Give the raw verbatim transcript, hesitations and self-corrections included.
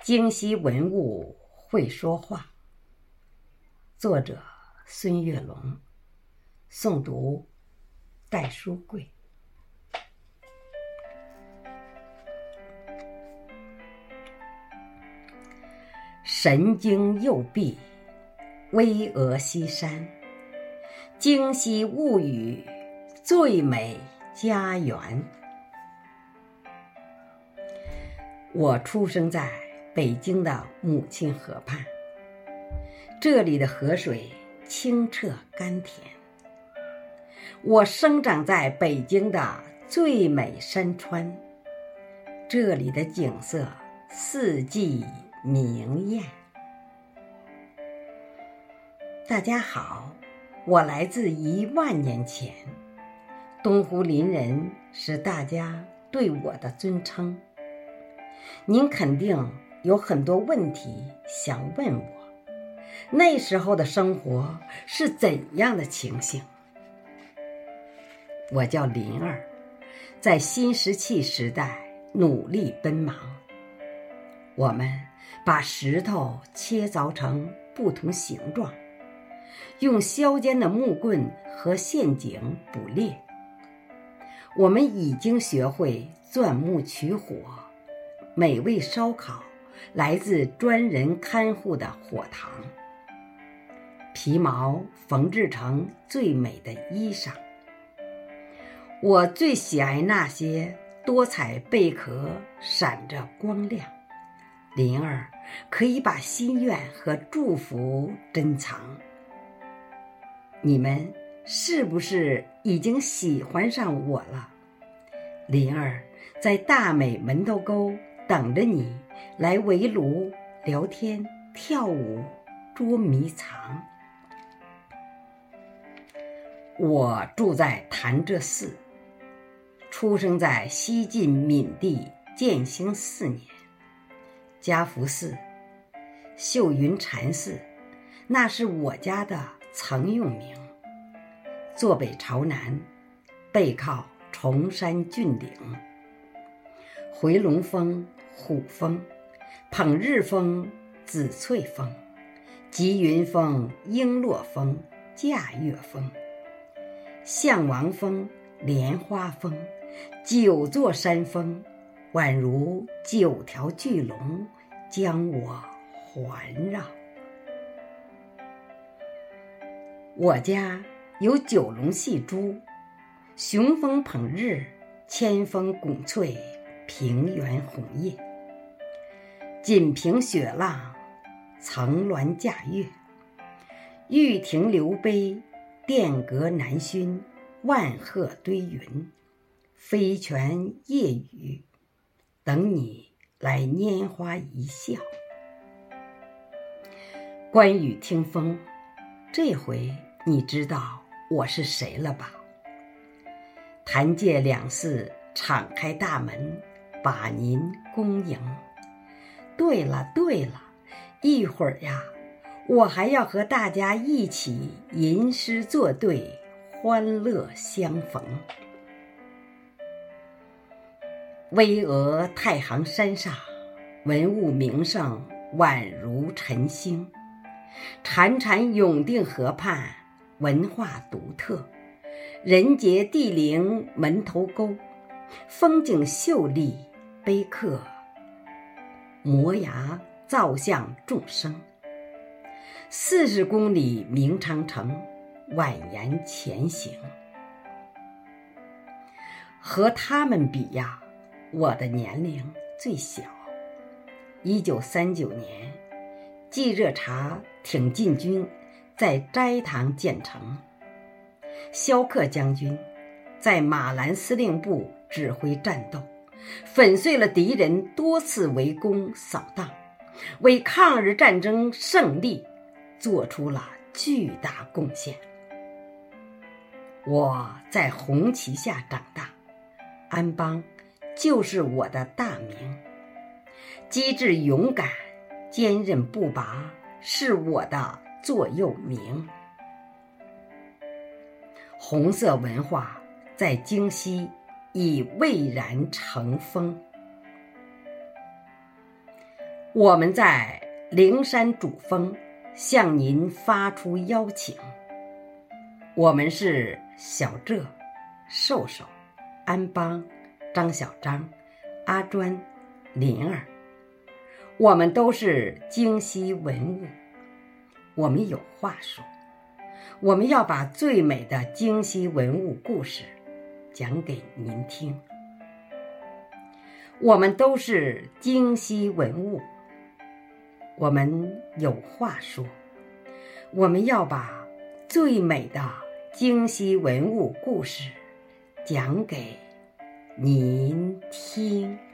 京西文物会说话，作者孙月龙，诵读戴书贵。神经右臂，巍峨西山，京西物语，最美家园。我出生在北京的母亲河畔，这里的河水清澈甘甜。我生长在北京的最美山川，这里的景色四季明艳。大家好，我来自一万年前，东湖林人是大家对我的尊称。您肯定有很多问题想问我，那时候的生活是怎样的情形？我叫林儿，在新石器时代努力奔忙。我们把石头切凿成不同形状，用削尖的木棍和陷阱捕猎。我们已经学会钻木取火，美味烧烤来自专人看护的火塘，皮毛缝制成最美的衣裳。我最喜爱那些多彩贝壳闪着光亮，林儿可以把心愿和祝福珍藏。你们是不是已经喜欢上我了？林儿在大美门头沟等着你来围炉聊天跳舞捉迷藏。我住在潭柘寺，出生在西晋闵帝建兴四年。嘉福寺、秀云禅寺，那是我家的曾用名。坐北朝南，背靠崇山峻岭，回龙峰、虎峰、捧日峰、紫翠峰、吉云峰、璎珞峰、驾月峰、象王峰、莲花峰，九座山峰宛如九条巨龙将我环绕。我家有九龙戏珠，雄风捧日，千峰拱翠，平原红叶，锦屏雪浪，层峦驾月，玉亭流杯，殿阁南熏，万壑堆云，飞泉夜雨，等你来拈花一笑。关羽听风，这回你知道我是谁了吧？潭柘两寺敞开大门，把您恭迎。对了对了，一会儿呀，我还要和大家一起吟诗作对，欢乐相逢。巍峨太行山上，文物名胜宛如晨星。潺潺永定河畔，文化独特，人杰地灵门头沟，风景秀丽，碑刻摩崖造像众生。四十公里明长城，蜿蜒前行。和他们比呀，我的年龄最小。一九三九年，季热察挺进军在斋堂建成，萧克将军在马兰司令部指挥战斗，粉碎了敌人多次围攻扫荡，为抗日战争胜利做出了巨大贡献。我在红旗下长大，安邦就是我的大名。机智勇敢，坚韧不拔是我的座右铭。红色文化在京西已蔚然成风。 我们在灵山主峰向您发出邀请。我们是小浙、瘦瘦、安邦、张小张、阿专、林儿，我们都是京西文物，我们有话说，我们要把最美的京西文物故事讲给您听。我们都是京西文物，我们有话说，我们要把最美的京西文物故事讲给您听。